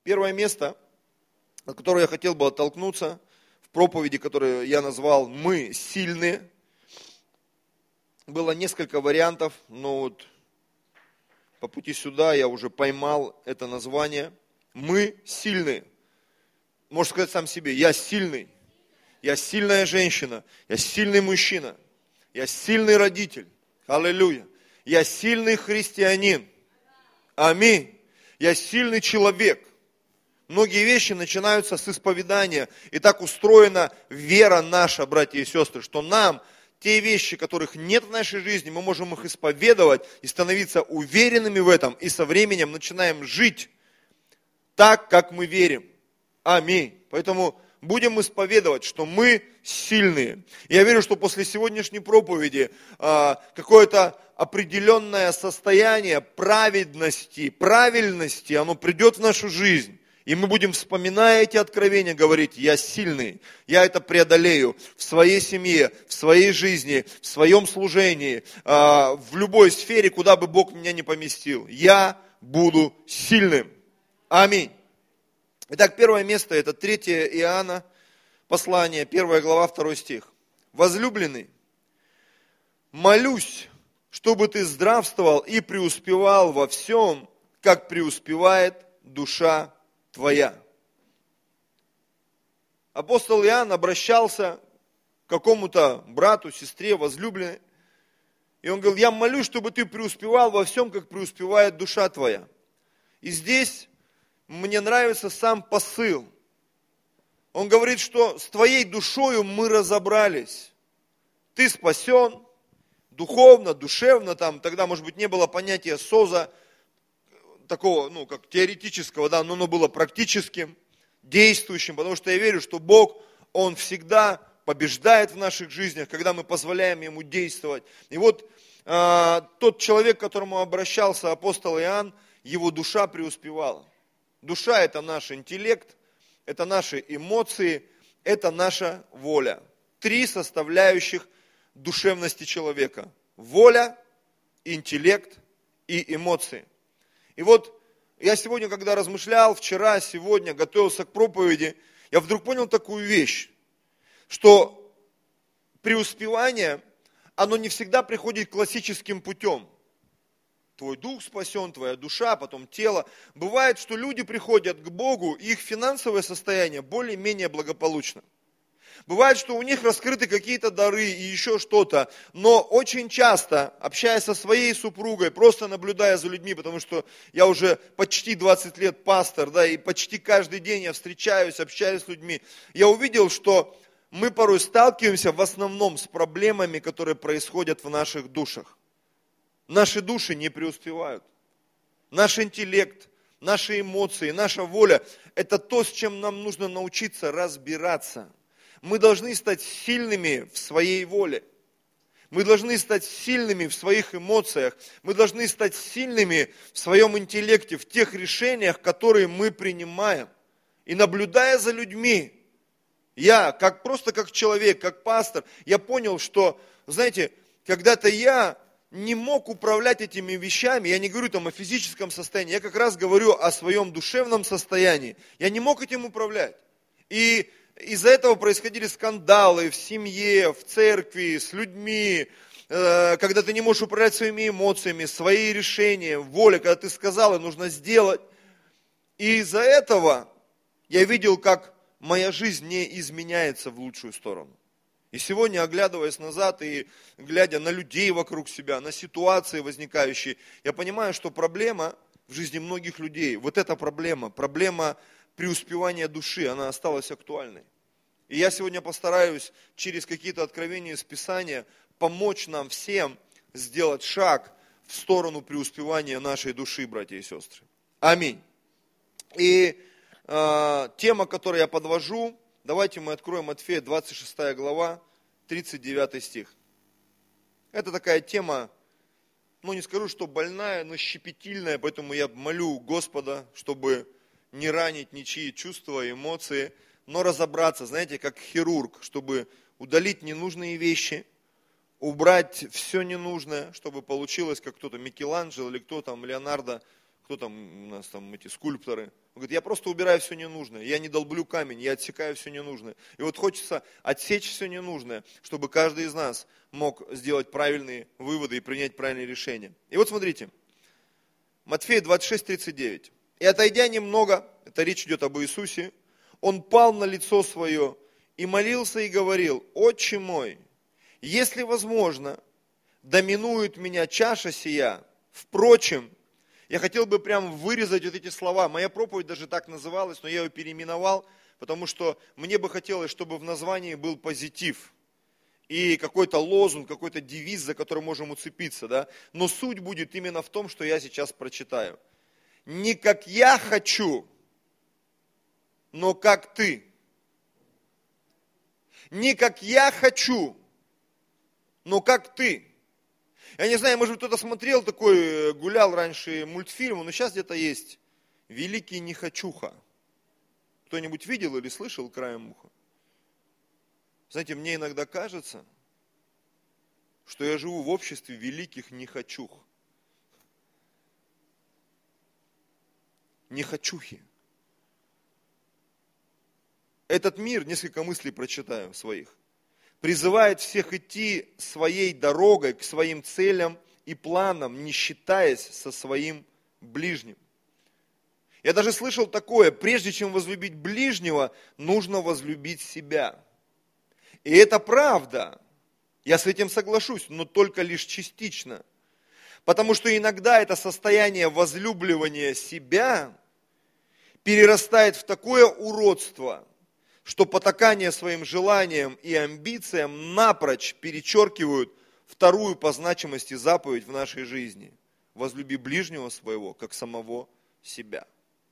Первое место, от которого я хотел бы оттолкнуться, в проповеди, которую я назвал «Мы сильные». Было несколько вариантов, но вот по пути сюда я уже поймал это название. Мы сильные. Можешь сказать сам себе, я сильный. Я сильная женщина. Я сильный мужчина. Я сильный родитель. Аллилуйя. Я сильный христианин. Аминь. Я сильный человек. Многие вещи начинаются с исповедания. И так устроена вера наша, братья и сестры, что нам те вещи, которых нет в нашей жизни, мы можем их исповедовать и становиться уверенными в этом. И со временем начинаем жить так, как мы верим. Аминь. Поэтому будем исповедовать, что мы сильные. Я верю, что после сегодняшней проповеди какое-то определенное состояние правильности, оно придет в нашу жизнь. И мы будем, вспоминая эти откровения, говорить, я сильный, я это преодолею в своей семье, в своей жизни, в своем служении, в любой сфере, куда бы Бог меня не поместил. Я буду сильным. Аминь. Итак, первое место, это 3 Иоанна, послание, 1 глава, 2 стих. Возлюбленный, молюсь, чтобы ты здравствовал и преуспевал во всем, как преуспевает душа твоя. Апостол Иоанн обращался к какому-то брату, сестре, возлюбленной, и он говорил, я молюсь, чтобы ты преуспевал во всем, как преуспевает душа твоя. И здесь мне нравится сам посыл. Он говорит, что с твоей душою мы разобрались. Ты спасен духовно, душевно, тогда, может быть, не было понятия соза, такого, как теоретического, но оно было практическим, действующим, потому что я верю, что Бог, Он всегда побеждает в наших жизнях, когда мы позволяем Ему действовать. И вот тот человек, к которому обращался апостол Иоанн, его душа преуспевала. Душа – это наш интеллект, это наши эмоции, это наша воля. 3 составляющих душевности человека. Воля, интеллект и эмоции. И вот я сегодня, когда размышлял, вчера, сегодня, готовился к проповеди, я вдруг понял такую вещь, что преуспевание, оно не всегда приходит классическим путем. Твой дух спасен, твоя душа, потом тело. Бывает, что люди приходят к Богу, и их финансовое состояние более-менее благополучно. Бывает, что у них раскрыты какие-то дары и еще что-то, но очень часто, общаясь со своей супругой, просто наблюдая за людьми, потому что я уже почти 20 лет пастор, и почти каждый день я встречаюсь, общаюсь с людьми, я увидел, что мы порой сталкиваемся в основном с проблемами, которые происходят в наших душах. Наши души не преуспевают. Наш интеллект, наши эмоции, наша воля – это то, с чем нам нужно научиться разбираться. Мы должны стать сильными в своей воле. Мы должны стать сильными в своих эмоциях. Мы должны стать сильными в своем интеллекте, в тех решениях, которые мы принимаем. И наблюдая за людьми, я, просто как человек, как пастор, я понял, что, знаете, когда-то я не мог управлять этими вещами, я не говорю о физическом состоянии, я как раз говорю о своем душевном состоянии. Я не мог этим управлять. И из-за этого происходили скандалы в семье, в церкви, с людьми, когда ты не можешь управлять своими эмоциями, свои решения, воля, когда ты сказал, и нужно сделать. И из-за этого я видел, как моя жизнь не изменяется в лучшую сторону. И сегодня, оглядываясь назад и глядя на людей вокруг себя, на ситуации возникающие, я понимаю, что проблема в жизни многих людей, вот эта проблема преуспевания души, она осталась актуальной. И я сегодня постараюсь через какие-то откровения из Писания помочь нам всем сделать шаг в сторону преуспевания нашей души, братья и сестры. Аминь. И тема, которую я подвожу, давайте мы откроем Матфея 26 глава, 39 стих. Это такая тема, не скажу, что больная, но щепетильная, поэтому я молю Господа, чтобы не ранить ничьи чувства, эмоции, но разобраться, знаете, как хирург, чтобы удалить ненужные вещи, убрать все ненужное, чтобы получилось, как кто-то Микеланджело или кто там, Леонардо, кто там у нас там эти скульпторы, Он говорит, я просто убираю все ненужное, я не долблю камень, я отсекаю все ненужное. И вот хочется отсечь все ненужное, чтобы каждый из нас мог сделать правильные выводы и принять правильные решения. И вот смотрите, Матфея 26:39. И отойдя немного, это речь идет об Иисусе, он пал на лицо свое и молился и говорил, Отче мой, если возможно, да минует меня чаша сия, впрочем, я хотел бы прям вырезать вот эти слова. Моя проповедь даже так называлась, но я ее переименовал, потому что мне бы хотелось, чтобы в названии был позитив. И какой-то лозунг, какой-то девиз, за который можем уцепиться. Да? Но суть будет именно в том, что я сейчас прочитаю. Не как я хочу, но как ты. Не как я хочу, но как ты. Я не знаю, может быть, кто-то смотрел такой, гулял раньше мультфильм, но сейчас где-то есть «Великий Нехочуха». Кто-нибудь видел или слышал краем уха? Знаете, мне иногда кажется, что я живу в обществе великих нехочух. Нехочухи. Этот мир, несколько мыслей прочитаю своих, призывает всех идти своей дорогой к своим целям и планам, не считаясь со своим ближним. Я даже слышал такое, прежде чем возлюбить ближнего, нужно возлюбить себя. И это правда, я с этим соглашусь, но только лишь частично. Потому что иногда это состояние возлюбливания себя перерастает в такое уродство, что потакание своим желаниям и амбициям напрочь перечеркивают вторую по значимости заповедь в нашей жизни. Возлюби ближнего своего, как самого себя.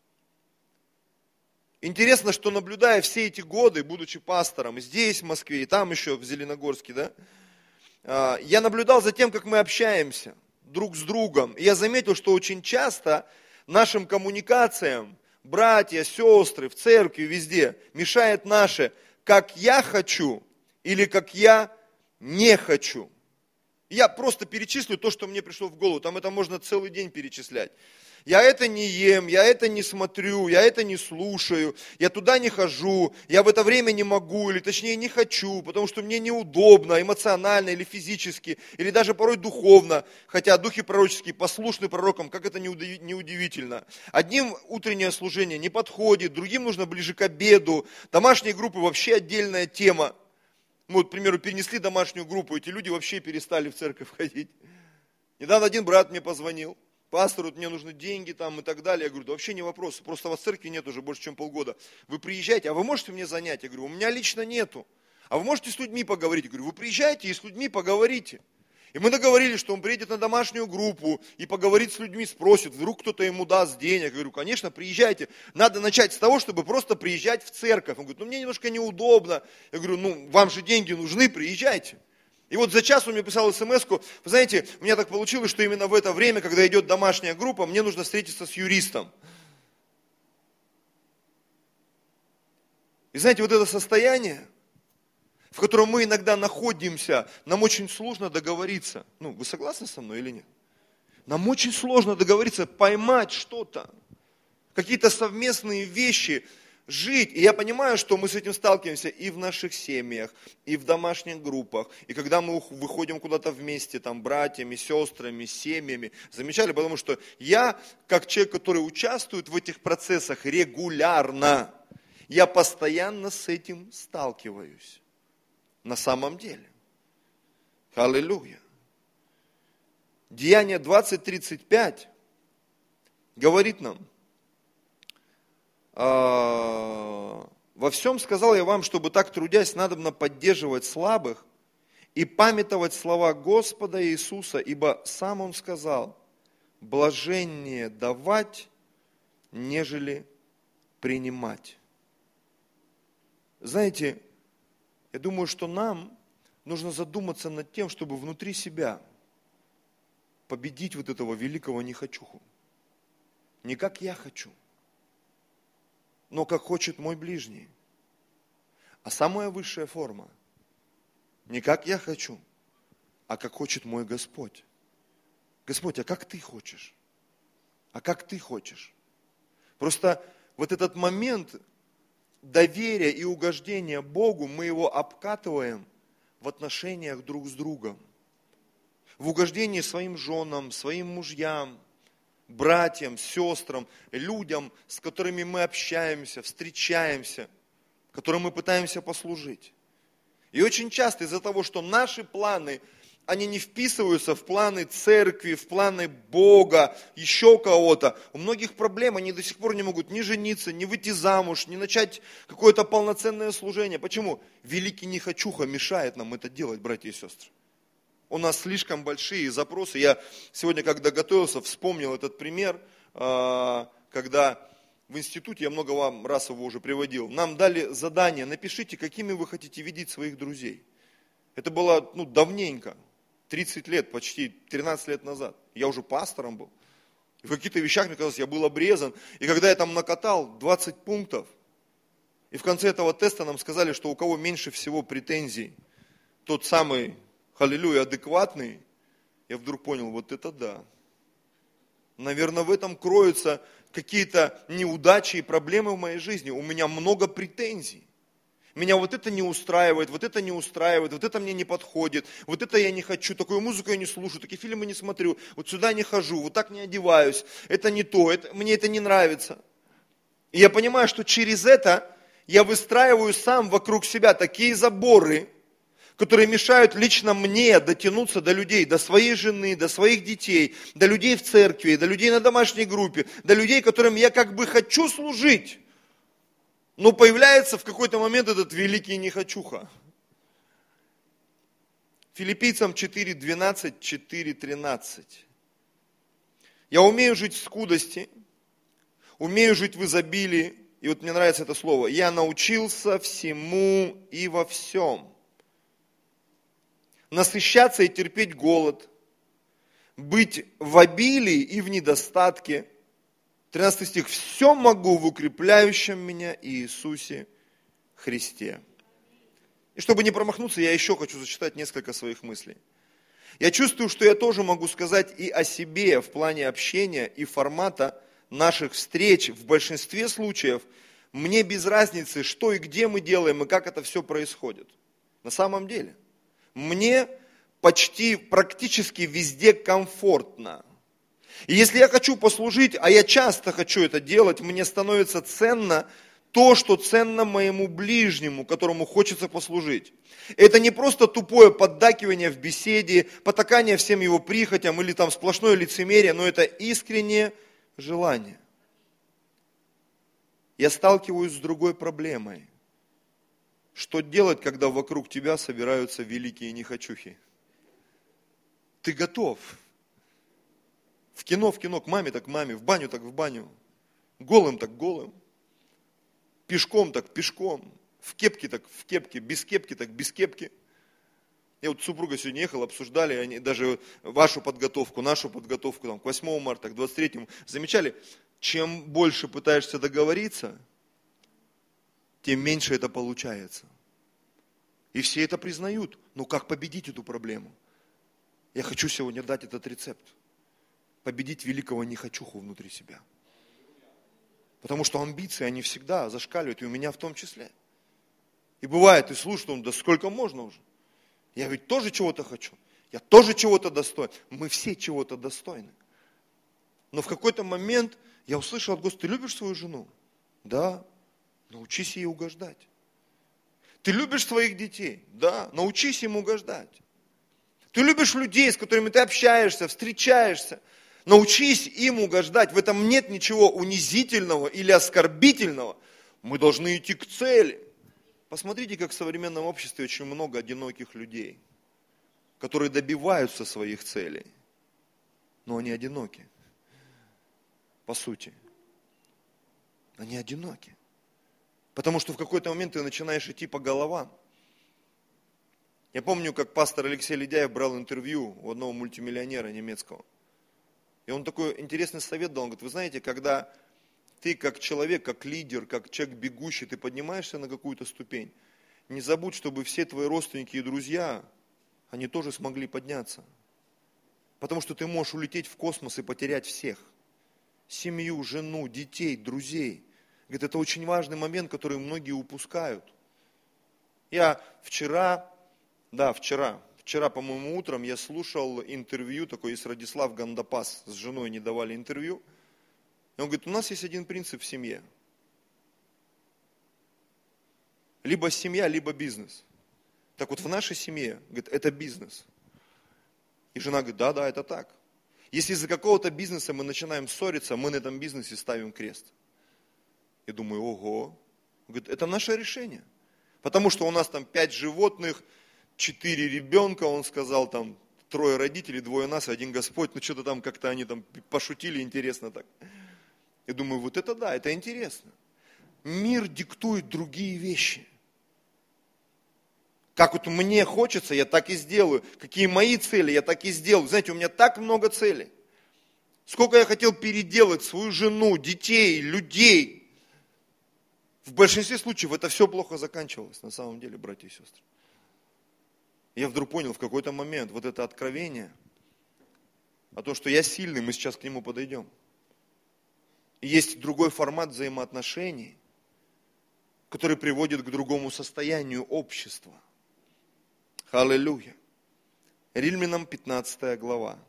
Интересно, что наблюдая все эти годы, будучи пастором, здесь, в Москве, и там еще, в Зеленогорске, да, я наблюдал за тем, как мы общаемся друг с другом. И я заметил, что очень часто нашим коммуникациям, братья, сестры, в церкви, везде, мешает наше «как я хочу» или «как я не хочу». Я просто перечислю то, что мне пришло в голову, там это можно целый день перечислять. Я это не ем, я это не смотрю, я это не слушаю, я туда не хожу, я в это время не могу, или точнее не хочу, потому что мне неудобно, эмоционально или физически, или даже порой духовно, хотя духи пророческие послушны пророкам, как это неудивительно. Одним утреннее служение не подходит, другим нужно ближе к обеду, домашние группы вообще отдельная тема. Мы, вот, к примеру, перенесли домашнюю группу, эти люди вообще перестали в церковь ходить. Недавно один брат мне позвонил. Пастор, вот мне нужны деньги там и так далее. Я говорю, да вообще не вопрос, просто вас в церкви нет уже больше, чем полгода. Вы приезжаете, а вы можете мне занять? Я говорю, у меня лично нету. А вы можете с людьми поговорить? Я говорю, вы приезжайте и с людьми поговорите. И мы договорились, что он приедет на домашнюю группу и поговорит с людьми, спросит, вдруг кто-то ему даст денег. Я говорю, конечно, приезжайте. Надо начать с того, чтобы просто приезжать в церковь. Он говорит, ну мне немножко неудобно. Я говорю, ну вам же деньги нужны, приезжайте. И вот за час он мне писал смс-ку, вы знаете, у меня так получилось, что именно в это время, когда идет домашняя группа, мне нужно встретиться с юристом. И знаете, вот это состояние, в котором мы иногда находимся, нам очень сложно договориться. Ну, вы согласны со мной или нет? Нам очень сложно договориться, поймать что-то, какие-то совместные вещи, жить. И я понимаю, что мы с этим сталкиваемся и в наших семьях, и в домашних группах, и когда мы выходим куда-то вместе, там, братьями, сестрами, семьями. Замечали? Потому что я, как человек, который участвует в этих процессах регулярно, я постоянно с этим сталкиваюсь. На самом деле. Аллилуйя. Деяние 20:35 говорит нам, во всем сказал я вам, чтобы так трудясь, надобно поддерживать слабых и памятовать слова Господа Иисуса, ибо сам Он сказал, блаженнее давать, нежели принимать. Знаете, я думаю, что нам нужно задуматься над тем, чтобы внутри себя победить вот этого великого нехочуху. Не как я хочу, но как хочет мой ближний. А самая высшая форма, не как я хочу, а как хочет мой Господь. Господь, а как ты хочешь? А как ты хочешь? Просто вот этот момент доверия и угождения Богу, мы его обкатываем в отношениях друг с другом. В угождении своим женам, своим мужьям, братьям, сестрам, людям, с которыми мы общаемся, встречаемся, которым мы пытаемся послужить. И очень часто из-за того, что наши планы, они не вписываются в планы церкви, в планы Бога, еще кого-то. У многих проблем, они до сих пор не могут ни жениться, ни выйти замуж, ни начать какое-то полноценное служение. Почему? Великий нехочуха мешает нам это делать, братья и сестры. У нас слишком большие запросы. Я сегодня, когда готовился, вспомнил этот пример, когда в институте, я много вам раз его уже приводил, нам дали задание, напишите, какими вы хотите видеть своих друзей. Это было давненько, 30 лет, почти 13 лет назад. Я уже пастором был. И в каких-то вещах, мне казалось, я был обрезан. И когда я там накатал 20 пунктов, и в конце этого теста нам сказали, что у кого меньше всего претензий, тот самый, аллилуйя, адекватный, я вдруг понял, вот это да. Наверное, в этом кроются какие-то неудачи и проблемы в моей жизни. У меня много претензий. Меня вот это не устраивает, вот это не устраивает, вот это мне не подходит, вот это я не хочу, такую музыку я не слушаю, такие фильмы не смотрю, вот сюда не хожу, вот так не одеваюсь, это не то, мне это не нравится. И я понимаю, что через это я выстраиваю сам вокруг себя такие заборы, которые мешают лично мне дотянуться до людей, до своей жены, до своих детей, до людей в церкви, до людей на домашней группе, до людей, которым я как бы хочу служить. Но появляется в какой-то момент этот великий нехочуха. Филиппийцам 4:12, 4:13. Я умею жить в скудости, умею жить в изобилии. И вот мне нравится это слово. Я научился всему и во всем. Насыщаться и терпеть голод, быть в обилии и в недостатке. 13 стих. Все могу в укрепляющем меня Иисусе Христе. И чтобы не промахнуться, я еще хочу зачитать несколько своих мыслей. Я чувствую, что я тоже могу сказать и о себе в плане общения и формата наших встреч. В большинстве случаев мне без разницы, что и где мы делаем, и как это все происходит. На самом деле. Мне практически везде комфортно. И если я хочу послужить, а я часто хочу это делать, мне становится ценно то, что ценно моему ближнему, которому хочется послужить. Это не просто тупое поддакивание в беседе, потакание всем его прихотям или там сплошное лицемерие, но это искреннее желание. Я сталкиваюсь с другой проблемой. Что делать, когда вокруг тебя собираются великие нехочухи? Ты готов. В кино, к маме так к маме, в баню так в баню, голым так голым, пешком так пешком, в кепке так в кепке, без кепки так без кепки. Я вот с супругой сегодня ехал, обсуждали, они даже вашу подготовку, нашу подготовку там, к 8 марта, к 23-му. Замечали, чем больше пытаешься договориться, тем меньше это получается. И все это признают. Но как победить эту проблему? Я хочу сегодня дать этот рецепт. Победить великого нехочуху внутри себя. Потому что амбиции, они всегда зашкаливают, и у меня в том числе. И бывает, ты слушаешь, да сколько можно уже? Я ведь тоже чего-то хочу. Я тоже чего-то достоин. Мы все чего-то достойны. Но в какой-то момент я услышал от Господа: ты любишь свою жену? Да. Научись ей угождать. Ты любишь своих детей? Да. Научись им угождать. Ты любишь людей, с которыми ты общаешься, встречаешься. Научись им угождать. В этом нет ничего унизительного или оскорбительного. Мы должны идти к цели. Посмотрите, как в современном обществе очень много одиноких людей, которые добиваются своих целей, но они одиноки. По сути. Они одиноки. Потому что в какой-то момент ты начинаешь идти по головам. Я помню, как пастор Алексей Ледяев брал интервью у одного мультимиллионера немецкого. И он такой интересный совет дал. Он говорит: вы знаете, когда ты как человек, как лидер, как человек бегущий, ты поднимаешься на какую-то ступень, не забудь, чтобы все твои родственники и друзья, они тоже смогли подняться. Потому что ты можешь улететь в космос и потерять всех. Семью, жену, детей, друзей. Говорит, это очень важный момент, который многие упускают. Я вчера, по-моему, утром я слушал интервью, такой есть Радислав Гандапас, с женой не давали интервью. И он говорит, у нас есть один принцип в семье. Либо семья, либо бизнес. Так вот в нашей семье, говорит, это бизнес. И жена говорит, да, это так. Если из-за какого-то бизнеса мы начинаем ссориться, мы на этом бизнесе ставим крест. Я думаю, ого. Говорит, это наше решение. Потому что у нас там 5 животных, 4 ребенка, он сказал, там 3 родителей, 2 нас, 1 Господь. Ну что-то там как-то они там пошутили, интересно так. Я думаю, вот это да, это интересно. Мир диктует другие вещи. Как вот мне хочется, я так и сделаю. Какие мои цели, я так и сделаю. Знаете, у меня так много целей. Сколько я хотел переделать свою жену, детей, людей. В большинстве случаев это все плохо заканчивалось, на самом деле, братья и сестры. Я вдруг понял в какой-то момент вот это откровение, о том, что я сильный, мы сейчас к нему подойдем. И есть другой формат взаимоотношений, который приводит к другому состоянию общества. Аллилуйя. Римлянам 15 глава.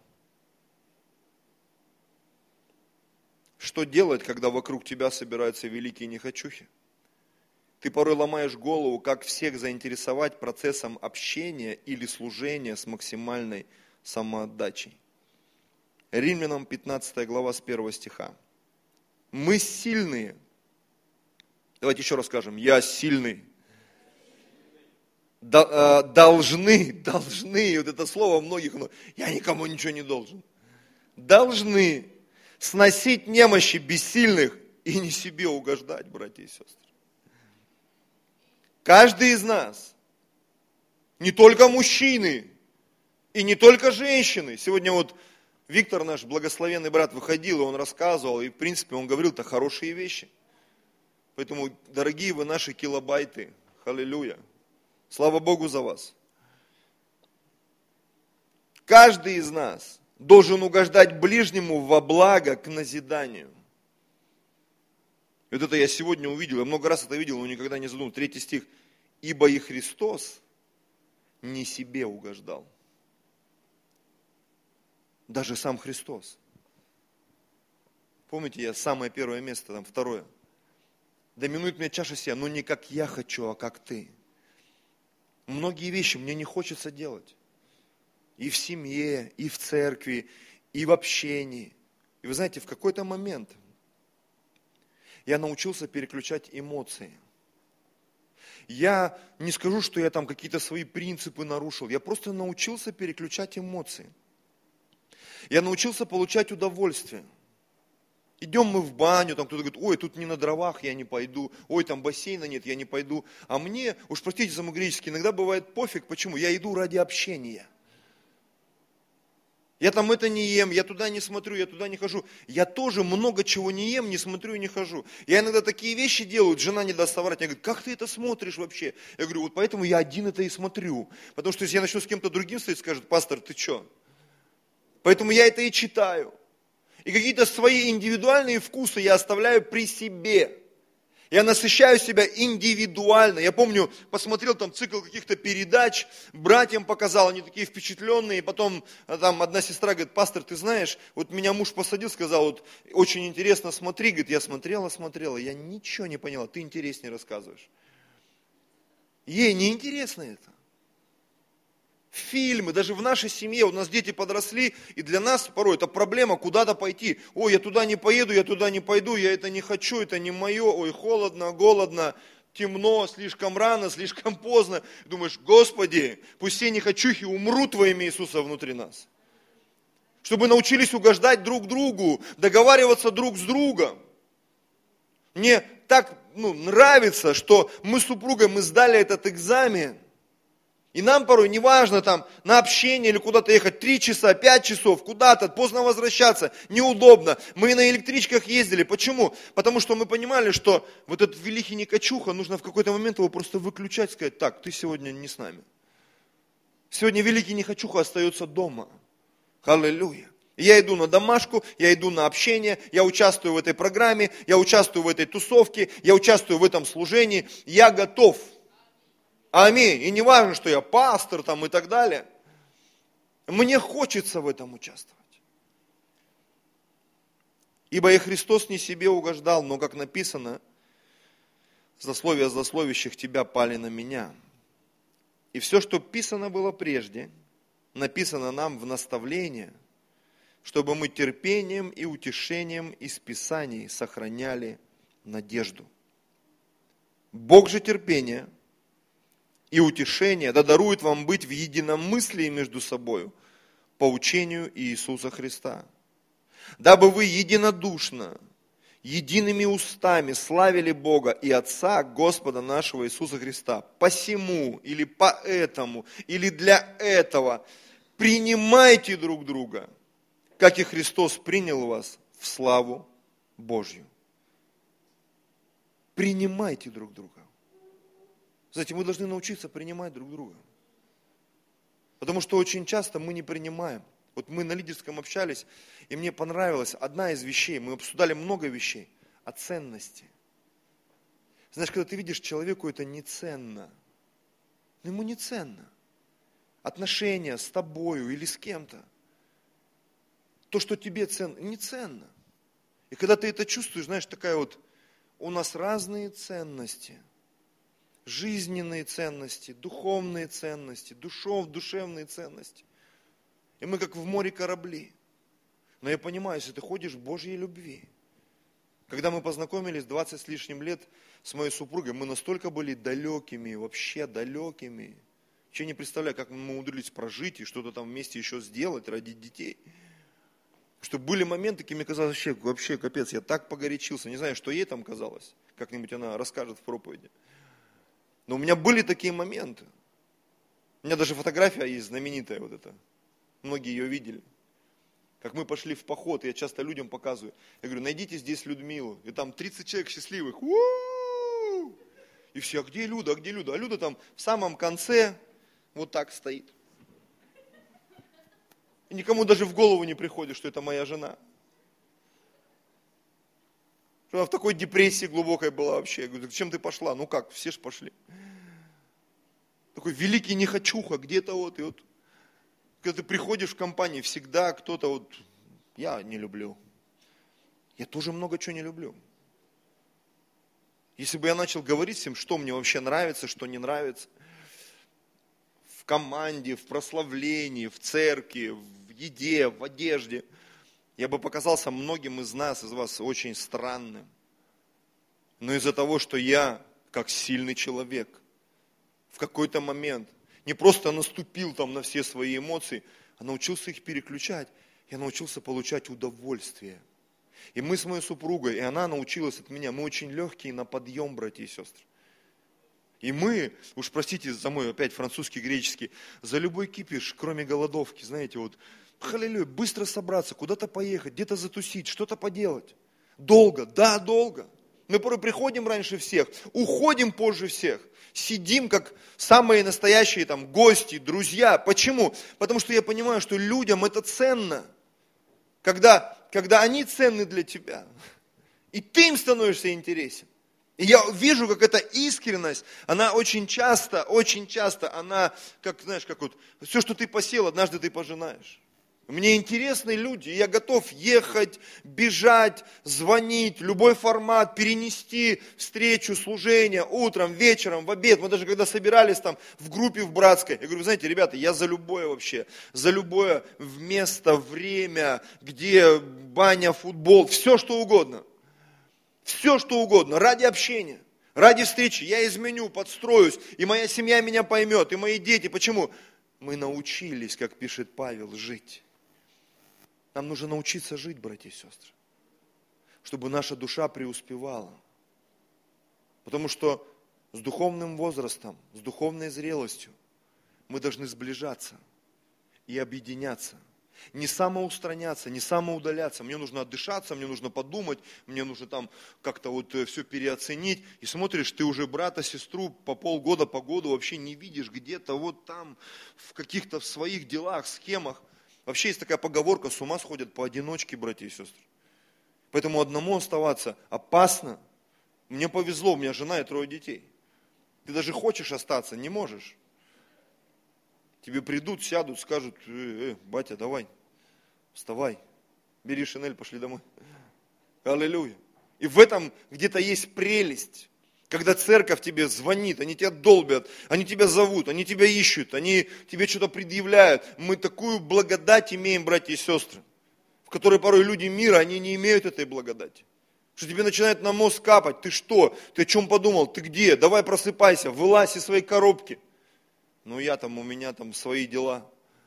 Что делать, когда вокруг тебя собираются великие нехочухи? Ты порой ломаешь голову, как всех заинтересовать процессом общения или служения с максимальной самоотдачей. Римлянам 15 глава с 1 стиха. Мы сильные. Давайте еще раз скажем. Я сильный. Должны, вот это слово многих, но я никому ничего не должен. Должны сносить немощи бессильных и не себе угождать, братья и сестры. Каждый из нас, не только мужчины и не только женщины. Сегодня вот Виктор, наш благословенный брат, выходил, и он рассказывал, и в принципе он говорил-то хорошие вещи. Поэтому, дорогие вы наши килобайты, аллилуйя, слава Богу за вас. Каждый из нас должен угождать ближнему во благо к назиданию. И вот это я сегодня увидел, я много раз это видел, но никогда не задумал. 3 стих. Ибо и Христос не себе угождал. Даже сам Христос. Помните, я самое первое место, там 2. Доминует мне чаша сия, но не как я хочу, а как ты. Многие вещи мне не хочется делать. И в семье, и в церкви, и в общении. И вы знаете, в какой-то момент я научился переключать эмоции. Я не скажу, что я там какие-то свои принципы нарушил. Я просто научился переключать эмоции. Я научился получать удовольствие. Идем мы в баню, там кто-то говорит, ой, тут не на дровах, я не пойду. Ой, там бассейна нет, я не пойду. А мне, уж простите за мой греческий, иногда бывает пофиг. Почему? Я иду ради общения. Я там это не ем, я туда не смотрю, я туда не хожу. Я тоже много чего не ем, не смотрю и не хожу. Я иногда такие вещи делаю, жена не даст соврать. Она говорит, как ты это смотришь вообще? Я говорю, вот поэтому я один это и смотрю. Потому что если я начну с кем-то другим стоять, скажет, пастор, ты что? Поэтому я это и читаю. И какие-то свои индивидуальные вкусы я оставляю при себе. Я насыщаю себя индивидуально. Я помню, посмотрел там цикл каких-то передач, братьям показал, они такие впечатленные. И потом там одна сестра говорит, пастор, ты знаешь, вот меня муж посадил, сказал, вот очень интересно, смотри. Говорит, я смотрела, я ничего не поняла, ты интереснее рассказываешь. Ей не интересно это. Фильмы, даже в нашей семье, у нас дети подросли, и для нас порой это проблема куда-то пойти. Ой, я туда не поеду, я туда не пойду, я это не хочу, это не мое, ой, холодно, голодно, темно, слишком рано, слишком поздно. Думаешь, Господи, пусть все нехочухи умрут во имя Иисуса внутри нас. Чтобы научились угождать друг другу, договариваться друг с другом. Мне так нравится, что мы с супругой, мы сдали этот экзамен. И нам порой не важно там на общение или куда-то ехать 3 часа, 5 часов, куда-то, поздно возвращаться, неудобно. Мы на электричках ездили. Почему? Потому что мы понимали, что вот этот великий Никачуха, нужно в какой-то момент его просто выключать, сказать, так, ты сегодня не с нами. Сегодня великий Нехочуха остается дома. Аллилуйя. Я иду на домашку, я иду на общение, я участвую в этой программе, я участвую в этой тусовке, я участвую в этом служении, я готов. Аминь. И не важно, что я пастор там и так далее. Мне хочется в этом участвовать. Ибо и Христос не себе угождал, но, как написано, злословия злословящих тебя пали на меня. И все, что писано было прежде, написано нам в наставление, чтобы мы терпением и утешением из Писаний сохраняли надежду. Бог же терпения и утешения да дарует вам быть в единомыслии между собою по учению Иисуса Христа, дабы вы единодушно, едиными устами славили Бога и Отца Господа нашего Иисуса Христа. Посему, или поэтому, или для этого принимайте друг друга, как и Христос принял вас в славу Божью. Принимайте друг друга. Знаете, мы должны научиться принимать друг друга. Потому что очень часто мы не принимаем. Вот мы на лидерском общались, и мне понравилась одна из вещей, мы обсуждали много вещей, о ценности. Знаешь, когда ты видишь, человеку это не ценно, ему не ценно. Отношения с тобою или с кем-то. То, что тебе ценно, не ценно. И когда ты это чувствуешь, знаешь, такая вот, у нас разные ценности. Жизненные ценности, духовные ценности, душевные ценности. И мы как в море корабли. Но я понимаю, если ты ходишь в Божьей любви. Когда мы познакомились 20 с лишним лет с моей супругой, мы настолько были далекими, вообще далекими. Я не представляю, как мы умудрились прожить и что-то там вместе еще сделать ради детей. Что были моменты, когда мне казалось, вообще капец, я так погорячился. Не знаю, что ей там казалось. Как-нибудь она расскажет в проповеди. Но у меня были такие моменты. У меня даже фотография есть знаменитая вот эта. Многие ее видели. Как мы пошли в поход, я часто людям показываю. Я говорю, найдите здесь Людмилу. И там 30 человек счастливых. У-у-у! И все, а где Люда, а где Люда? А Люда там в самом конце вот так стоит. И никому даже в голову не приходит, что это моя жена. Что она в такой депрессии глубокой была вообще. Я говорю, зачем ты пошла? Ну как, все ж пошли. Такой великий нехочуха, где-то вот. И вот, когда ты приходишь в компании, всегда кто-то вот, я не люблю. Я тоже много чего не люблю. Если бы я начал говорить всем, что мне вообще нравится, что не нравится, в команде, в прославлении, в церкви, в еде, в одежде, я бы показался многим из нас, из вас очень странным. Но из-за того, что я, как сильный человек, в какой-то момент не просто наступил там на все свои эмоции, а научился их переключать. Я научился получать удовольствие. И мы с моей супругой, и она научилась от меня, мы очень легкие на подъем, братья и сестры. И мы, уж простите за мой опять французский, греческий, за любой кипиш, кроме голодовки, знаете, вот, халилюя, быстро собраться, куда-то поехать, где-то затусить, что-то поделать. Долго, да, долго. Мы порой приходим раньше всех, уходим позже всех, сидим как самые настоящие там гости, друзья. Почему? Потому что я понимаю, что людям это ценно, когда они ценны для тебя, и ты им становишься интересен. И я вижу, как эта искренность, она очень часто, она, как, знаешь, как вот, все, что ты посеял, однажды ты пожинаешь. Мне интересны люди, и я готов ехать, бежать, звонить, любой формат, перенести встречу, служение, утром, вечером, в обед. Мы даже когда собирались там в группе в братской, я говорю, вы знаете, ребята, я за любое вообще, за любое место, время, где баня, футбол, все что угодно. Все что угодно, ради общения, ради встречи. Я изменю, подстроюсь, и моя семья меня поймет, и мои дети. Почему? Мы научились, как пишет Павел, жить. Нам нужно научиться жить, братья и сестры, чтобы наша душа преуспевала. Потому что с духовным возрастом, с духовной зрелостью мы должны сближаться и объединяться. Не самоустраняться, не самоудаляться. Мне нужно отдышаться, мне нужно подумать, мне нужно там как-то вот все переоценить. И смотришь, ты уже брата, сестру по полгода, по году вообще не видишь, где-то вот там в каких-то своих делах, схемах. Вообще есть такая поговорка, с ума сходят поодиночке, братья и сестры. Поэтому одному оставаться опасно. Мне повезло, у меня жена и 3 детей. Ты даже хочешь остаться, не можешь. Тебе придут, сядут, скажут: батя, давай, вставай, бери шинель, пошли домой. Аллилуйя. И в этом где-то есть прелесть. Когда церковь тебе звонит, они тебя долбят, они тебя зовут, они тебя ищут, они тебе что-то предъявляют. Мы такую благодать имеем, братья и сестры, в которой порой люди мира, они не имеют этой благодати. Что тебе начинает на мозг капать. Ты что? Ты о чем подумал? Ты где? Давай просыпайся, вылазь из своей коробки. Ну у меня там свои дела.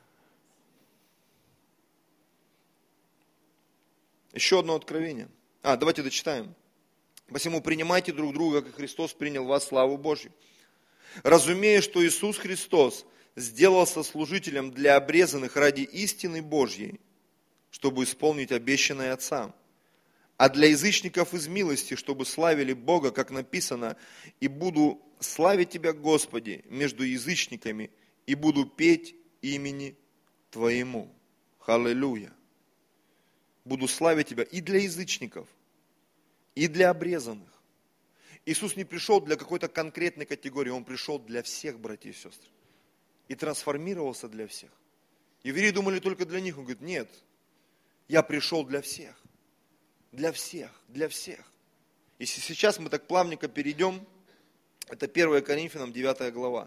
Еще одно откровение. Давайте дочитаем. Посему принимайте друг друга, как Христос принял вас, славу Божью. Разумея, что Иисус Христос сделался служителем для обрезанных ради истины Божьей, чтобы исполнить обещанное Отцам. А для язычников из милости, чтобы славили Бога, как написано: «И буду славить Тебя, Господи, между язычниками, и буду петь имени Твоему». Аллилуйя. Буду славить Тебя и для язычников, и для обрезанных. Иисус не пришел для какой-то конкретной категории, Он пришел для всех, братья и сестры. И трансформировался для всех. Евреи думали только для них. Он говорит: нет, я пришел для всех. Для всех, для всех. Если сейчас мы так плавненько перейдем, это 1 Коринфянам 9 глава.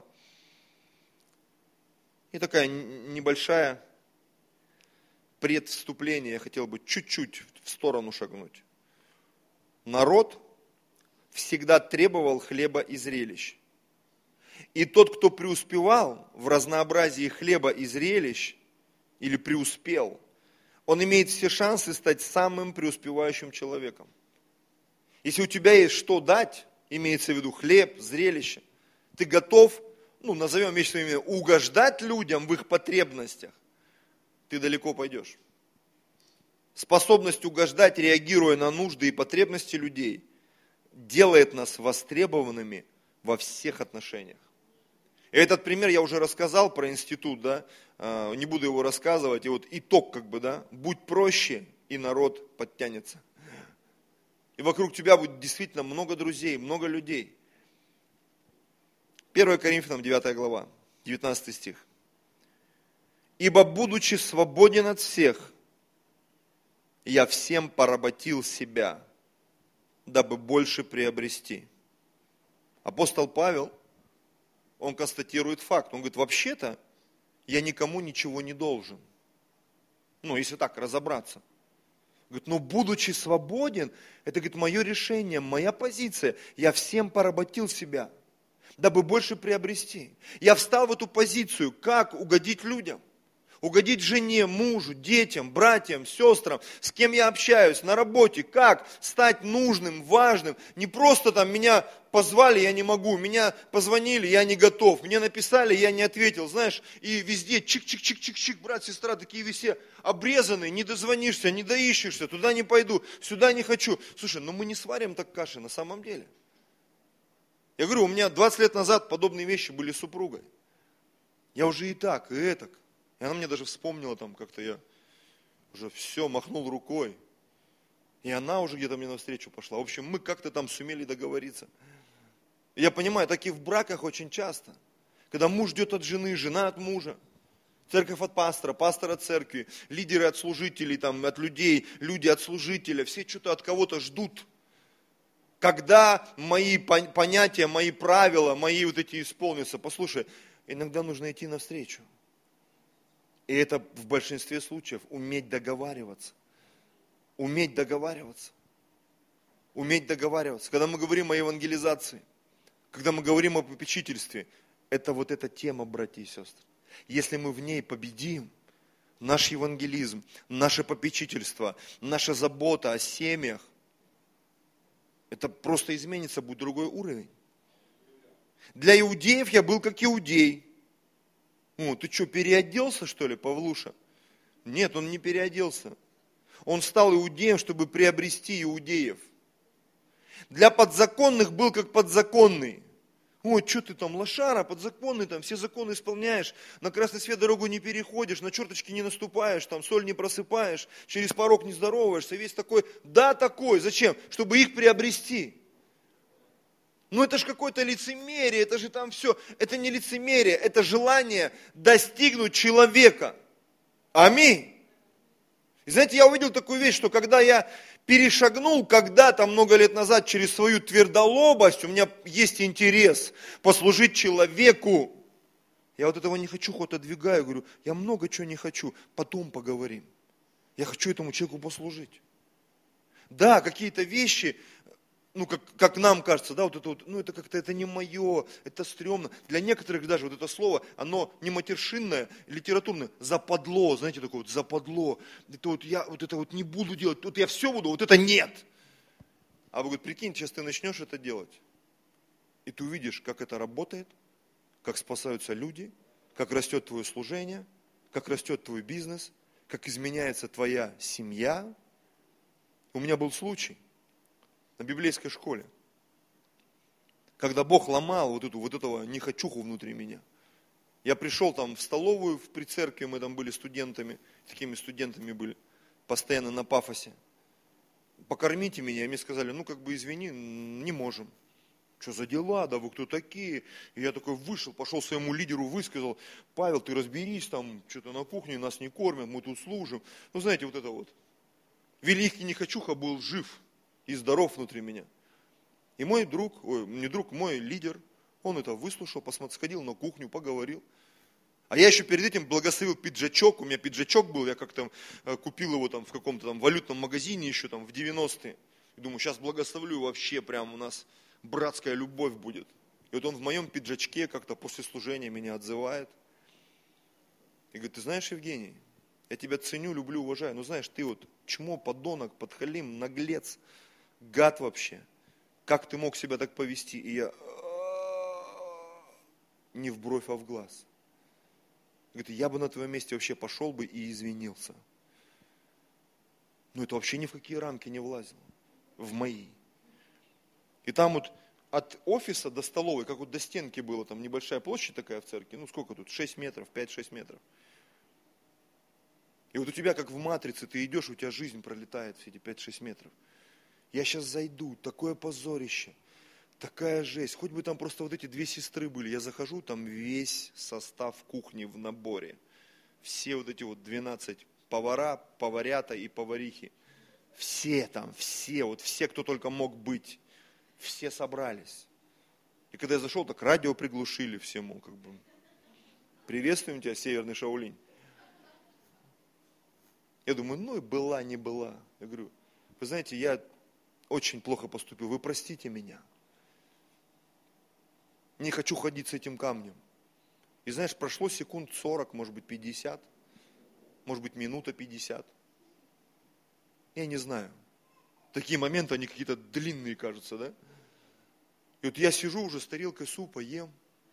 И такая небольшая предвступление, я хотел бы чуть-чуть в сторону шагнуть. Народ всегда требовал хлеба и зрелищ. И тот, кто преуспевал в разнообразии хлеба и зрелищ, или преуспел, он имеет все шансы стать самым преуспевающим человеком. Если у тебя есть что дать, имеется в виду хлеб, зрелище, ты готов, назовем вещи своими именами, угождать людям в их потребностях, ты далеко пойдешь. Способность угождать, реагируя на нужды и потребности людей, делает нас востребованными во всех отношениях. И этот пример я уже рассказал про институт, да, не буду его рассказывать, и вот итог будь проще, и народ подтянется. И вокруг тебя будет действительно много друзей, много людей. 1 Коринфянам 9 глава, 19 стих. «Ибо, будучи свободен от всех, я всем поработил себя, дабы больше приобрести». Апостол Павел, он констатирует факт. Он говорит: вообще-то я никому ничего не должен. Если так разобраться. Говорит: но будучи свободен, это, говорит, мое решение, моя позиция. Я всем поработил себя, дабы больше приобрести. Я встал в эту позицию, как угодить людям. Угодить жене, мужу, детям, братьям, сестрам, с кем я общаюсь, на работе, как стать нужным, важным. Не просто меня позвали, я не могу, меня позвонили, я не готов, мне написали, я не ответил, знаешь, и везде чик-чик-чик-чик-чик, брат, сестра, такие все обрезанные, не дозвонишься, не доищешься, туда не пойду, сюда не хочу. Слушай, мы не сварим так каши на самом деле. Я говорю, у меня 20 лет назад подобные вещи были с супругой. Я уже и так, и этак. И она мне даже вспомнила, как-то я уже все махнул рукой. И она уже где-то мне навстречу пошла. В общем, мы как-то сумели договориться. И я понимаю, так и в браках очень часто. Когда муж ждет от жены, жена от мужа. Церковь от пастора, пастор от церкви, лидеры от служителей, от людей, люди от служителя. Все что-то от кого-то ждут. Когда мои понятия, мои правила, мои эти исполнятся. Послушай, иногда нужно идти навстречу. И это в большинстве случаев уметь договариваться. Уметь договариваться. Уметь договариваться. Когда мы говорим о евангелизации, когда мы говорим о попечительстве, это эта тема, братья и сестры. Если мы в ней победим, наш евангелизм, наше попечительство, наша забота о семьях, это просто изменится, будет другой уровень. Для иудеев я был как иудей. Ты что, переоделся, что ли, Павлуша? Нет, он не переоделся. Он стал иудеем, чтобы приобрести иудеев. Для подзаконных был как подзаконный. Ой, что ты там, лошара, подзаконный, там, все законы исполняешь, на красный свет дорогу не переходишь, на черточки не наступаешь, там, соль не просыпаешь, через порог не здороваешься, весь такой. Да, такой. Зачем? Чтобы их приобрести. Ну это же какое-то лицемерие, это же там все. Это не лицемерие, это желание достигнуть человека. Аминь. И знаете, я увидел такую вещь, что когда я перешагнул когда-то, много лет назад, через свою твердолобость, у меня есть интерес послужить человеку. Я вот этого не хочу, хоть отодвигаю, говорю, я много чего не хочу, потом поговорим. Я хочу этому человеку послужить. Да, какие-то вещи, ну, как нам кажется, да, вот это вот, ну, это как-то, это не мое, это стрёмно. Для некоторых даже вот это слово, оно не матершинное, литературное, западло, знаете, такое вот западло. Это вот я вот это вот не буду делать, тут я все буду, вот это нет. А вы говорите, прикинь, сейчас ты начнешь это делать, и ты увидишь, как это работает, как спасаются люди, как растет твое служение, как растет твой бизнес, как изменяется твоя семья. У меня был случай на библейской школе, когда Бог ломал вот этого нехочуху внутри меня. Я пришел там в столовую при церкви, мы там были студентами, такими студентами были, постоянно на пафосе. Покормите меня, и мне сказали, ну как бы извини, не можем. Что за дела, да вы кто такие? И я такой вышел, пошел своему лидеру, высказал, Павел, ты разберись там, что-то на кухне нас не кормят, мы тут служим. Ну знаете, вот это вот. Великий нехочуха был жив и здоров внутри меня. И мой друг, мой лидер, он это выслушал, сходил на кухню, поговорил. А я еще перед этим благословил пиджачок, у меня пиджачок был, я как-то купил его там в каком-то там валютном магазине еще там в 90-е. И думаю, сейчас благословлю вообще, прям у нас братская любовь будет. И вот он в моем пиджачке как-то после служения меня отзывает. И говорит, ты знаешь, Евгений, я тебя ценю, люблю, уважаю, но знаешь, ты вот чмо, подонок, подхалим, наглец, гад вообще. Как ты мог себя так повести? И я не в бровь, а в глаз. Говорит, я бы на твоем месте вообще пошел бы и извинился. Но это вообще ни в какие рамки не влазило. В мои. И там вот от офиса до столовой, как вот до стенки было, там небольшая площадь такая в церкви, ну сколько тут, 6 метров, 5-6 метров. И вот у тебя, как в матрице, ты идешь, у тебя жизнь пролетает все эти 5-6 метров. Я сейчас зайду, такое позорище, такая жесть. Хоть бы там просто вот эти 2 сестры были. Я захожу, там весь состав кухни в наборе. Все вот эти вот 12 повара, поварята и поварихи. Все там, вот все, кто только мог быть. Все собрались. И когда я зашел, так радио приглушили всему, как бы. Приветствуем тебя, Северный Шаолинь. Я думаю, ну и была, не была. Я говорю, вы знаете, я очень плохо поступил, вы простите меня. Не хочу ходить с этим камнем. И знаешь, прошло секунд 40, может быть 50, может быть минута 50. Я не знаю. Такие моменты, они какие-то длинные кажутся, да? И вот я сижу уже с тарелкой супа, ем.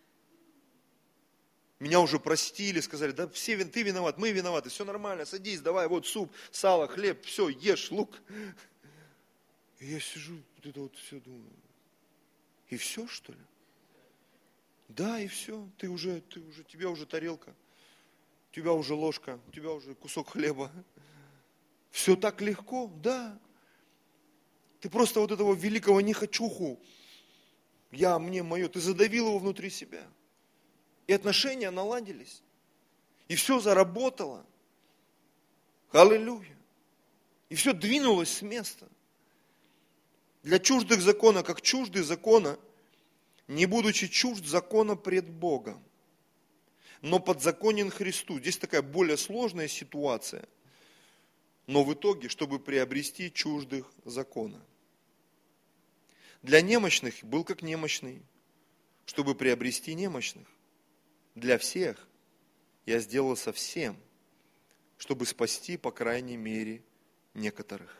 Меня уже простили, сказали, да все, ты виноват, мы виноваты, все нормально, садись, давай, вот суп, сало, хлеб, все, ешь, лук. И я сижу, вот это вот все думаю. И все, что ли? Да, и все, тебя уже тарелка, у тебя уже ложка, у тебя уже кусок хлеба. Все так легко, да. Ты просто вот этого великого нехочуху, я, мне, мое, ты задавил его внутри себя. И отношения наладились. И все заработало. Аллилуйя. И все двинулось с места. Для чуждых закона, как чужды закона, не будучи чужд закона пред Богом, но подзаконен Христу. Здесь такая более сложная ситуация. Но в итоге, чтобы приобрести чуждых закона. Для немощных был как немощный, чтобы приобрести немощных. Для всех я сделал совсем, чтобы спасти, по крайней мере, некоторых.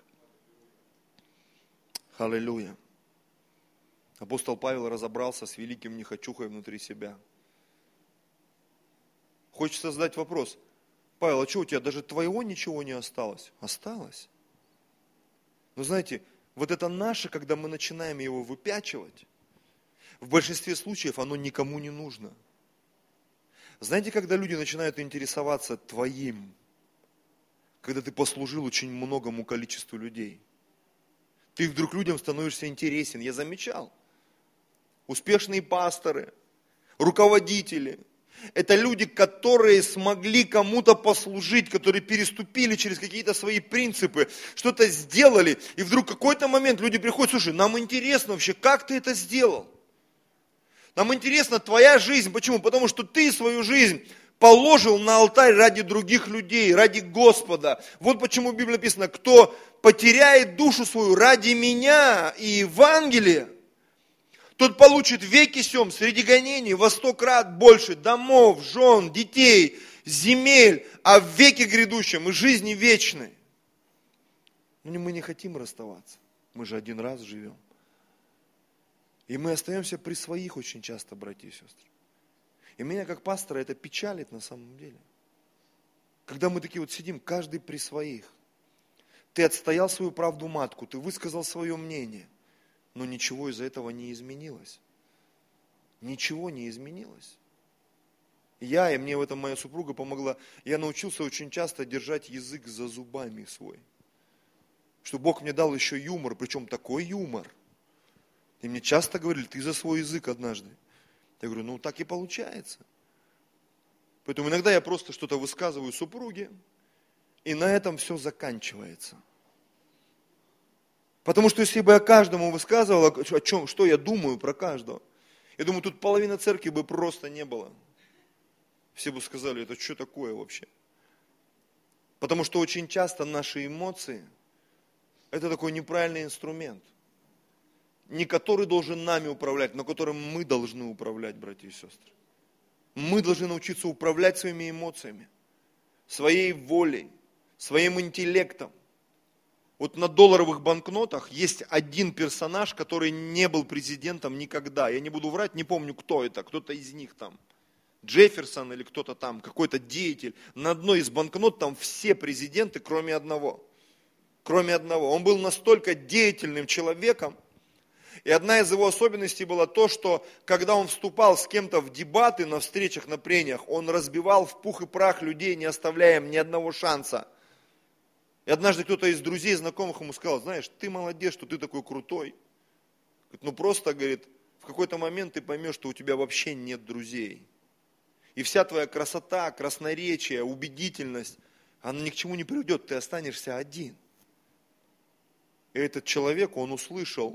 Аллилуйя. Апостол Павел разобрался с великим нехочухой внутри себя. Хочется задать вопрос. Павел, а что у тебя даже твоего ничего не осталось? Осталось. Но знаете, вот это наше, когда мы начинаем его выпячивать, в большинстве случаев оно никому не нужно. Знаете, когда люди начинают интересоваться твоим, когда ты послужил очень многому количеству людей, ты вдруг людям становишься интересен. Я замечал. Успешные пасторы, руководители, это люди, которые смогли кому-то послужить, которые переступили через какие-то свои принципы, что-то сделали, и вдруг в какой-то момент люди приходят: слушай, нам интересно вообще, как ты это сделал? Нам интересна твоя жизнь. Почему? Потому что ты свою жизнь положил на алтарь ради других людей, ради Господа. Вот почему в Библии написано: кто потеряет душу свою ради меня и Евангелия, тот получит в веки сем среди гонений во 100 крат больше домов, жен, детей, земель, а в веке грядущем и жизни вечной. Но мы не хотим расставаться. Мы же один раз живем. И мы остаемся при своих очень часто, братья и сестры. И меня как пастора это печалит на самом деле. Когда мы такие вот сидим, каждый при своих. Ты отстоял свою правду матку, ты высказал свое мнение. Но ничего из-за этого не изменилось. Ничего не изменилось. И мне в этом моя супруга помогла. Я научился очень часто держать язык за зубами свой. Что Бог мне дал еще юмор, причем такой юмор. И мне часто говорили: ты за свой язык однажды. Я говорю: так и получается. Поэтому иногда я просто что-то высказываю супруге, и на этом все заканчивается. Потому что если бы я каждому высказывал, о чем, что я думаю про каждого, я думаю, тут половина церкви бы просто не было. Все бы сказали: это что такое вообще? Потому что очень часто наши эмоции – это такой неправильный инструмент, не который должен нами управлять, но которым мы должны управлять, братья и сестры. Мы должны научиться управлять своими эмоциями, своей волей, своим интеллектом. Вот на долларовых банкнотах есть один персонаж, который не был президентом никогда. Я не буду врать, не помню, кто это, кто-то из них там. Джефферсон или кто-то там, какой-то деятель. На одной из банкнот там все президенты, кроме одного. Кроме одного. Он был настолько деятельным человеком. И одна из его особенностей была то, что когда он вступал с кем-то в дебаты, на встречах, на прениях, он разбивал в пух и прах людей, не оставляя им ни одного шанса. И однажды кто-то из друзей, знакомых ему сказал: знаешь, ты молодец, что ты такой крутой. Просто, говорит, в какой-то момент ты поймешь, что у тебя вообще нет друзей. И вся твоя красота, красноречие, убедительность, она ни к чему не приведет, ты останешься один. И этот человек, он услышал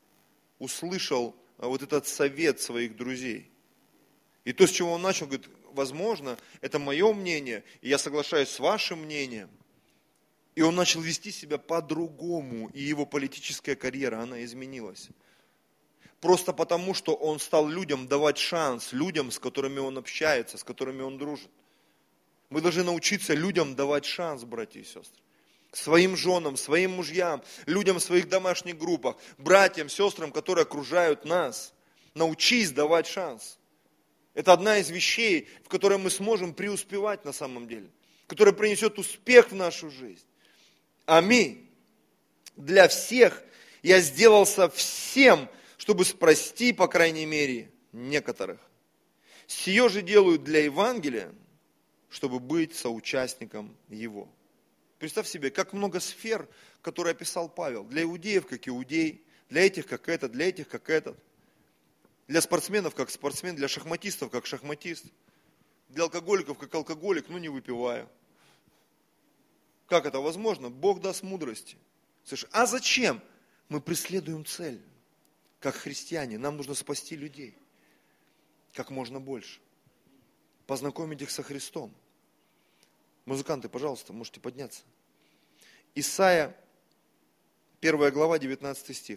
вот этот совет своих друзей. И то, с чего он начал, говорит: возможно, это мое мнение, и я соглашаюсь с вашим мнением. И он начал вести себя по-другому, и его политическая карьера, она изменилась. Просто потому, что он стал людям давать шанс, людям, с которыми он общается, с которыми он дружит. Мы должны научиться людям давать шанс, братья и сестры. Своим женам, своим мужьям, людям в своих домашних группах, братьям, сестрам, которые окружают нас. Научись давать шанс. Это одна из вещей, в которой мы сможем преуспевать на самом деле, которая принесет успех в нашу жизнь. Аминь. Для всех я сделался всем, чтобы спасти, по крайней мере, некоторых. Сие же делаю для Евангелия, чтобы быть соучастником его. Представь себе, как много сфер, которые описал Павел. Для иудеев, как иудей, для этих, как этот, для этих, как этот. Для спортсменов, как спортсмен, для шахматистов, как шахматист. Для алкоголиков, как алкоголик, не выпивая. Как это возможно? Бог даст мудрости. Слышишь, а зачем? Мы преследуем цель. Как христиане, нам нужно спасти людей. Как можно больше. Познакомить их со Христом. Музыканты, пожалуйста, можете подняться. Исайя, 1 глава, 19 стих.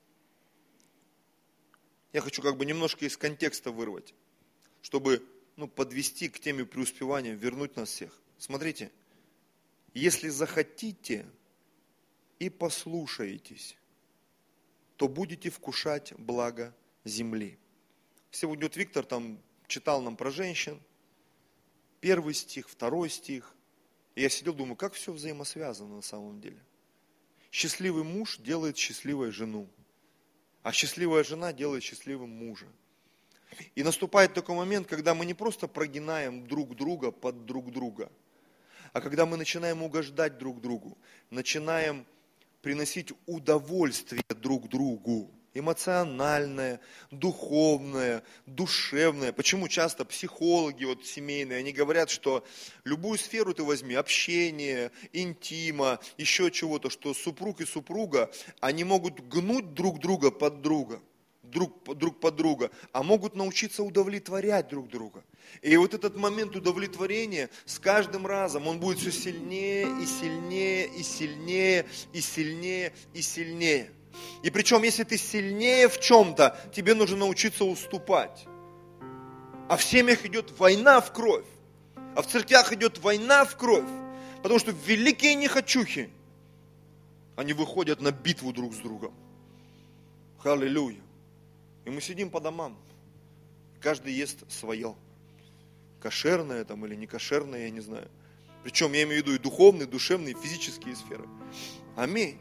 Я хочу немножко из контекста вырвать, чтобы подвести к теме преуспевания, вернуть нас всех. Смотрите. Если захотите и послушаетесь, то будете вкушать благо земли. Сегодня Виктор читал нам про женщин. 1 стих, 2 стих. И я сидел, думаю, как все взаимосвязано на самом деле. Счастливый муж делает счастливой жену. А счастливая жена делает счастливым мужа. И наступает такой момент, когда мы не просто прогинаем друг друга под друг друга, а когда мы начинаем угождать друг другу, начинаем приносить удовольствие друг другу. Эмоциональное, духовное, душевное. Почему часто психологи семейные, они говорят, что любую сферу ты возьми, общение, интима, еще чего-то, что супруг и супруга, они могут гнуть друг друга под друга, друг под друга, а могут научиться удовлетворять друг друга. И вот этот момент удовлетворения с каждым разом, он будет все сильнее и сильнее и сильнее и сильнее и сильнее. И причем, если ты сильнее в чем-то, тебе нужно научиться уступать. А в семьях идет война в кровь. А в церквях идет война в кровь. Потому что великие нехочухи, они выходят на битву друг с другом. Аллилуйя. И мы сидим по домам. Каждый ест свое. Кошерное там или не кошерное, я не знаю. Причем я имею в виду и духовные, душевные, и физические сферы. Аминь.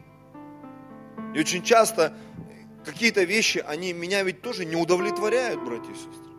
И очень часто какие-то вещи, они меня ведь тоже не удовлетворяют, братья и сестры.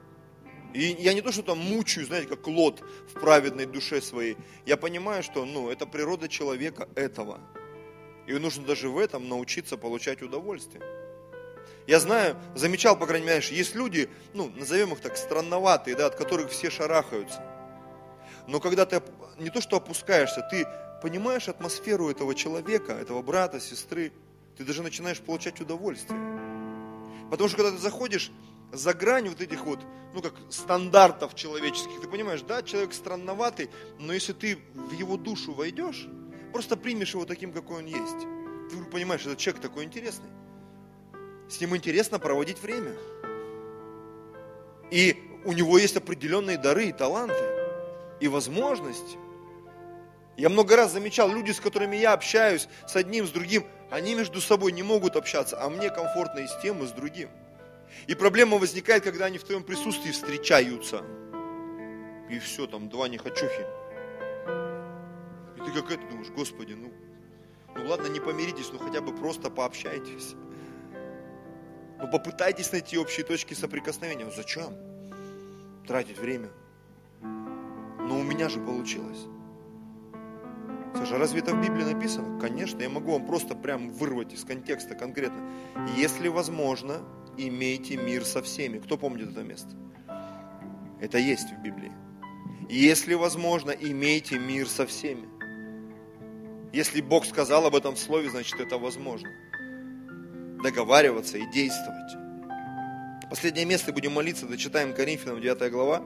И я не то, что там мучаю, знаете, как Лот в праведной душе своей. Я понимаю, что это природа человека этого. И нужно даже в этом научиться получать удовольствие. Я знаю, замечал, по крайней мере, есть люди, назовем их так, странноватые, от которых все шарахаются. Но когда ты не то, что опускаешься, ты понимаешь атмосферу этого человека, этого брата, сестры, ты даже начинаешь получать удовольствие. Потому что когда ты заходишь за грань этих как стандартов человеческих, ты понимаешь, да, человек странноватый, но если ты в его душу войдешь, просто примешь его таким, какой он есть, ты понимаешь, этот человек такой интересный. С ним интересно проводить время. И у него есть определенные дары и таланты, и возможности. Я много раз замечал, люди, с которыми я общаюсь, с одним, с другим, они между собой не могут общаться, а мне комфортно и с тем, и с другим. И проблема возникает, когда они в твоем присутствии встречаются. И все, там два нехочухи. И ты как это думаешь, Господи, ладно, не помиритесь, хотя бы просто пообщайтесь. Попытайтесь найти общие точки соприкосновения. Зачем тратить время? Но у меня же получилось. Слушай, разве это в Библии написано? Конечно, я могу вам просто прям вырвать из контекста конкретно. Если возможно, имейте мир со всеми. Кто помнит это место? Это есть в Библии. Если возможно, имейте мир со всеми. Если Бог сказал об этом в Слове, значит это возможно. Договариваться и действовать. Последнее место, будем молиться, дочитаем Коринфянам 9 глава.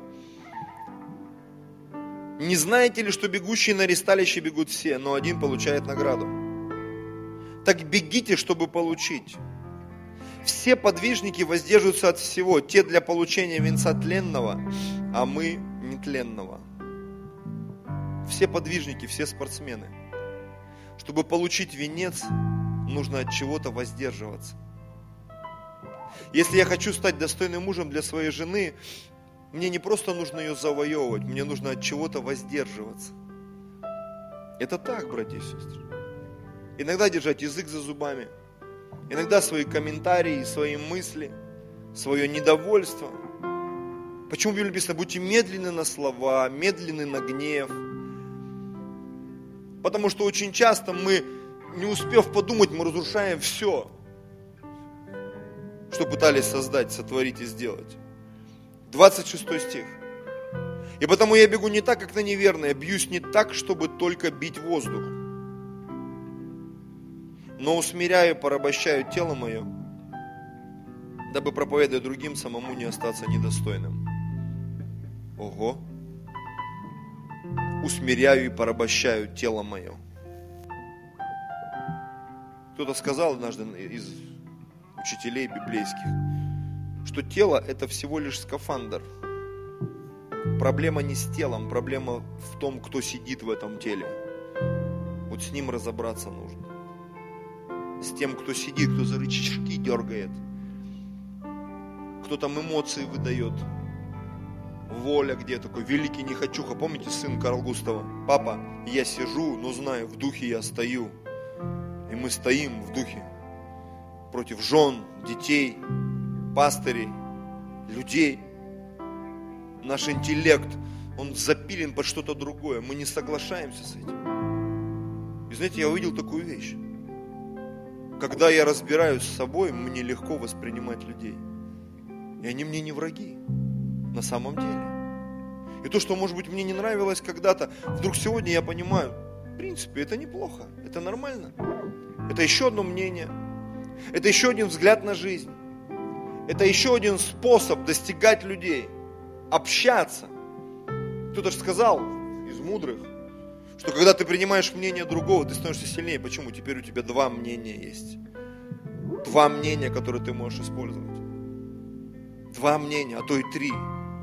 Не знаете ли, что бегущие на ресталище бегут все, но один получает награду? Так бегите, чтобы получить. Все подвижники воздерживаются от всего, те для получения венца тленного, а мы нетленного. Все подвижники, все спортсмены. Чтобы получить венец, нужно от чего-то воздерживаться. Если я хочу стать достойным мужем для своей жены, мне не просто нужно ее завоевывать, мне нужно от чего-то воздерживаться. Это так, братья и сестры. Иногда держать язык за зубами, иногда свои комментарии, свои мысли, свое недовольство. Почему в Библии написано, будьте медленны на слова, медленны на гнев? Потому что очень часто мы, не успев подумать, мы разрушаем все, что пытались создать, сотворить и сделать. 26 стих. И потому я бегу не так, как на неверное, бьюсь не так, чтобы только бить воздух, но усмиряю и порабощаю тело мое, дабы, проповедуя другим, самому не остаться недостойным. Ого! Усмиряю и порабощаю тело мое. Кто-то сказал однажды из учителей библейских, что тело это всего лишь скафандр. Проблема не с телом, проблема в том, кто сидит в этом теле. Вот с ним разобраться нужно. С тем, кто сидит, кто за рычажки дергает, кто там эмоции выдает. Воля, где такой великий нехочуха. Помните сын Карл Густава? Папа, я сижу, но знаю, в духе я стою. И мы стоим в духе. против жен, детей, пастырей, людей. Наш интеллект, он запилен под что-то другое. Мы не соглашаемся с этим. И знаете, я увидел такую вещь. Когда я разбираюсь с собой, мне легко воспринимать людей. И они мне не враги. На самом деле. И то, что, может быть, мне не нравилось когда-то, вдруг сегодня я понимаю, в принципе, это неплохо, это нормально. Это еще одно мнение. Это еще один взгляд на жизнь. Это еще один способ достигать людей. Общаться. Кто-то же сказал из мудрых, что когда ты принимаешь мнение другого, ты становишься сильнее. Почему? Теперь у тебя два мнения есть. Два мнения, которые ты можешь использовать. Два мнения, а то и три.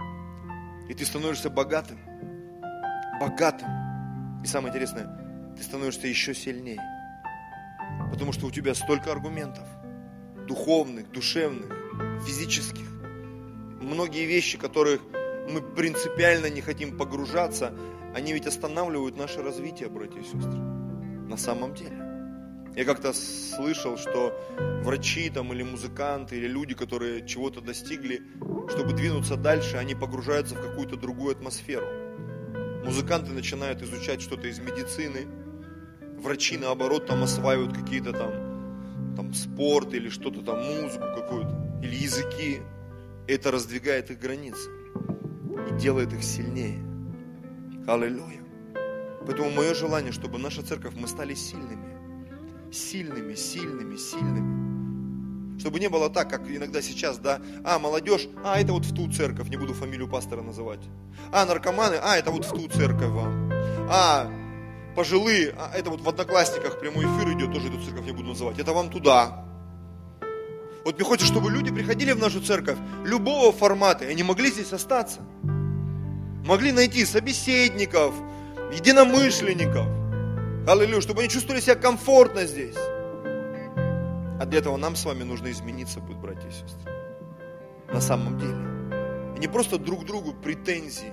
И ты становишься богатым. Богатым. И самое интересное, ты становишься еще сильнее. Потому что у тебя столько аргументов. Духовных, душевных, физических. Многие вещи, которых мы принципиально не хотим погружаться, они ведь останавливают наше развитие, братья и сестры. На самом деле. Я как-то слышал, что врачи там, или музыканты, или люди, которые чего-то достигли, чтобы двинуться дальше, они погружаются в какую-то другую атмосферу. Музыканты начинают изучать что-то из медицины, врачи, наоборот, там осваивают какие-то там спорт или что-то там, музыку какую-то, или языки. Это раздвигает их границы и делает их сильнее. Аллилуйя. Поэтому мое желание, чтобы наша церковь, мы стали сильными. Сильными, сильными, сильными. Чтобы не было так, как иногда сейчас, да, молодежь, это вот в ту церковь, не буду фамилию пастора называть. Наркоманы, это вот в ту церковь вам. Пожилые, это вот в Одноклассниках прямой эфир идет, тоже эту церковь не буду называть, это вам туда. Вот мне хочется, чтобы люди приходили в нашу церковь любого формата, и они могли здесь остаться. Могли найти собеседников, единомышленников. Аллилуйя, чтобы они чувствовали себя комфортно здесь. А для этого нам с вами нужно измениться будет, братья и сестры. На самом деле. И не просто друг другу претензии.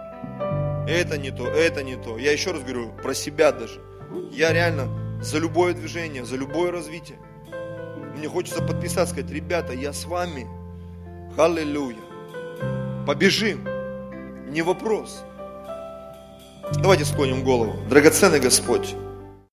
Это не то, это не то. Я еще раз говорю, про себя даже. Я реально за любое движение, за любое развитие. Мне хочется подписаться, сказать, ребята, я с вами. Аллилуйя. Побежим. Не вопрос. Давайте склоним голову. Драгоценный Господь.